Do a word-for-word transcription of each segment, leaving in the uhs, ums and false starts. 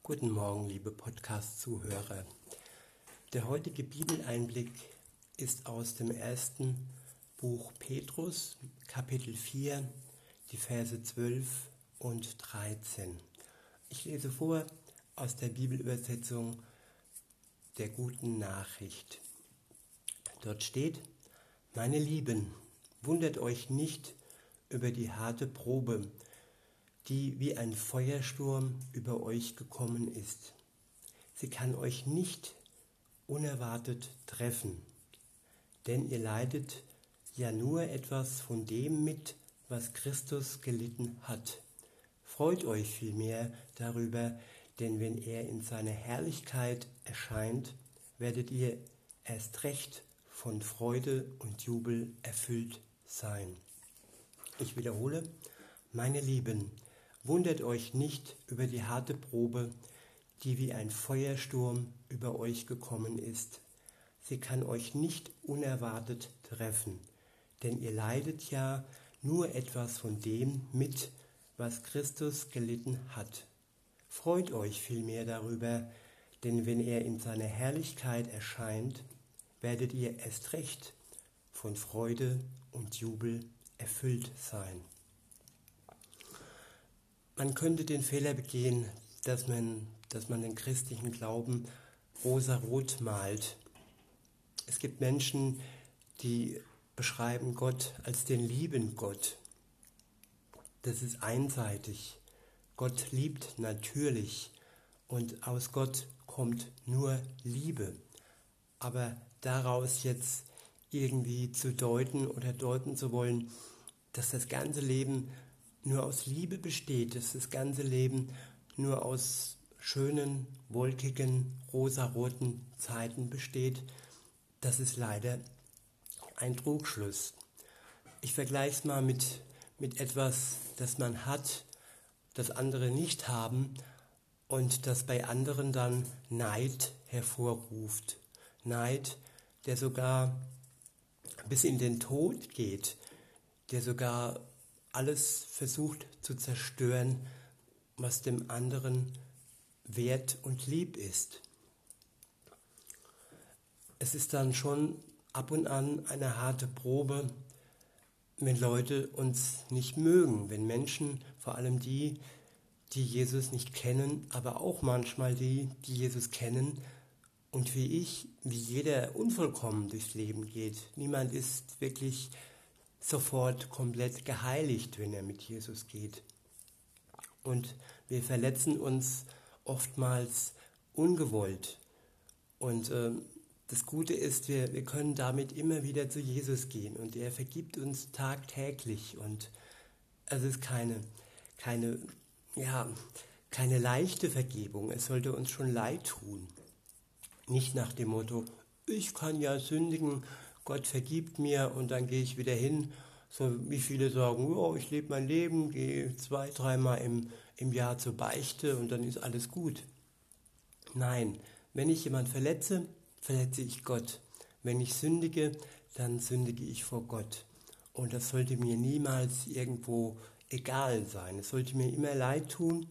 Guten Morgen, liebe Podcast-Zuhörer. Der heutige Bibeleinblick ist aus dem ersten Buch Petrus, Kapitel vier, die Verse zwölf und dreizehn. Ich lese vor aus der Bibelübersetzung der Guten Nachricht. Dort steht: Meine Lieben, wundert euch nicht über die harte Probe, die wie ein Feuersturm über euch gekommen ist. Sie kann euch nicht unerwartet treffen, denn ihr leidet ja nur etwas von dem mit, was Christus gelitten hat. Freut euch vielmehr darüber, denn wenn er in seiner Herrlichkeit erscheint, werdet ihr erst recht von Freude und Jubel erfüllt sein. Ich wiederhole: Meine Lieben, wundert euch nicht über die harte Probe, die wie ein Feuersturm über euch gekommen ist. Sie kann euch nicht unerwartet treffen, denn ihr leidet ja nur etwas von dem mit, was Christus gelitten hat. Freut euch vielmehr darüber, denn wenn er in seiner Herrlichkeit erscheint, werdet ihr erst recht von Freude und Jubel erfüllt sein. Man könnte den Fehler begehen, dass man, dass man den christlichen Glauben rosarot malt. Es gibt Menschen, die beschreiben Gott als den lieben Gott. Das ist einseitig. Gott liebt natürlich und aus Gott kommt nur Liebe. Aber daraus jetzt irgendwie zu deuten oder deuten zu wollen, dass das ganze Leben nur aus Liebe besteht, dass das ganze Leben nur aus schönen, wolkigen, rosaroten Zeiten besteht, das ist leider ein Trugschluss. Ich vergleiche es mal mit, mit etwas, das man hat, das andere nicht haben und das bei anderen dann Neid hervorruft. Neid, der sogar bis in den Tod geht, der sogar alles versucht zu zerstören, was dem anderen wert und lieb ist. Es ist dann schon ab und an eine harte Probe, wenn Leute uns nicht mögen, wenn Menschen, vor allem die, die Jesus nicht kennen, aber auch manchmal die, die Jesus kennen und wie ich, wie jeder unvollkommen durchs Leben geht. Niemand ist wirklich sofort komplett geheiligt, wenn er mit Jesus geht. Und wir verletzen uns oftmals ungewollt. Und äh, das Gute ist, wir, wir können damit immer wieder zu Jesus gehen und er vergibt uns tagtäglich. Und es ist keine, keine, ja, keine leichte Vergebung. Es sollte uns schon leid tun. Nicht nach dem Motto, ich kann ja sündigen, Gott vergibt mir und dann gehe ich wieder hin. So wie viele sagen, oh, ich lebe mein Leben, gehe zwei, dreimal im, im Jahr zur Beichte und dann ist alles gut. Nein, wenn ich jemanden verletze, verletze ich Gott. Wenn ich sündige, dann sündige ich vor Gott. Und das sollte mir niemals irgendwo egal sein. Es sollte mir immer leid tun.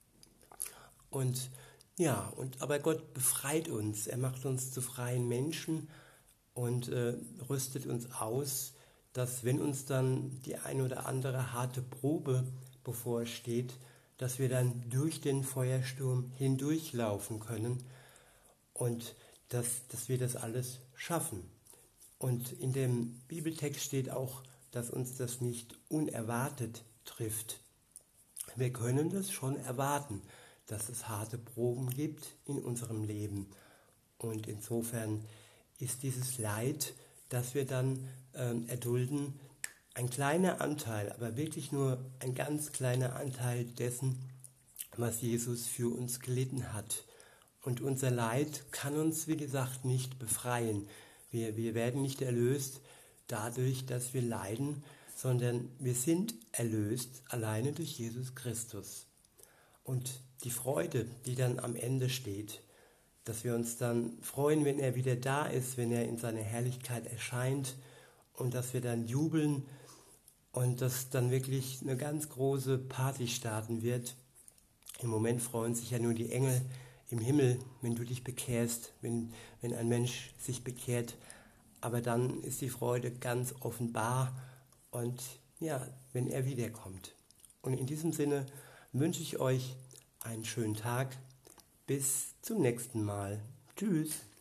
Und ja, und, aber Gott befreit uns. Er macht uns zu freien Menschen und äh, rüstet uns aus, dass wenn uns dann die ein oder andere harte Probe bevorsteht, dass wir dann durch den Feuersturm hindurchlaufen können und dass, dass wir das alles schaffen. Und in dem Bibeltext steht auch, dass uns das nicht unerwartet trifft. Wir können das schon erwarten, dass es harte Proben gibt in unserem Leben. Und insofern ist dieses Leid, das wir dann ähm, erdulden, ein kleiner Anteil, aber wirklich nur ein ganz kleiner Anteil dessen, was Jesus für uns gelitten hat. Und unser Leid kann uns, wie gesagt, nicht befreien. Wir, wir werden nicht erlöst dadurch, dass wir leiden, sondern wir sind erlöst alleine durch Jesus Christus. Und die Freude, die dann am Ende steht, dass wir uns dann freuen, wenn er wieder da ist, wenn er in seiner Herrlichkeit erscheint und dass wir dann jubeln und dass dann wirklich eine ganz große Party starten wird, Im Moment freuen sich ja nur die Engel im Himmel, wenn du dich bekehrst, wenn, wenn ein Mensch sich bekehrt. Aber dann ist die Freude ganz offenbar und ja, wenn er wiederkommt. Und in diesem Sinne wünsche ich euch einen schönen Tag. Bis zum nächsten Mal. Tschüss.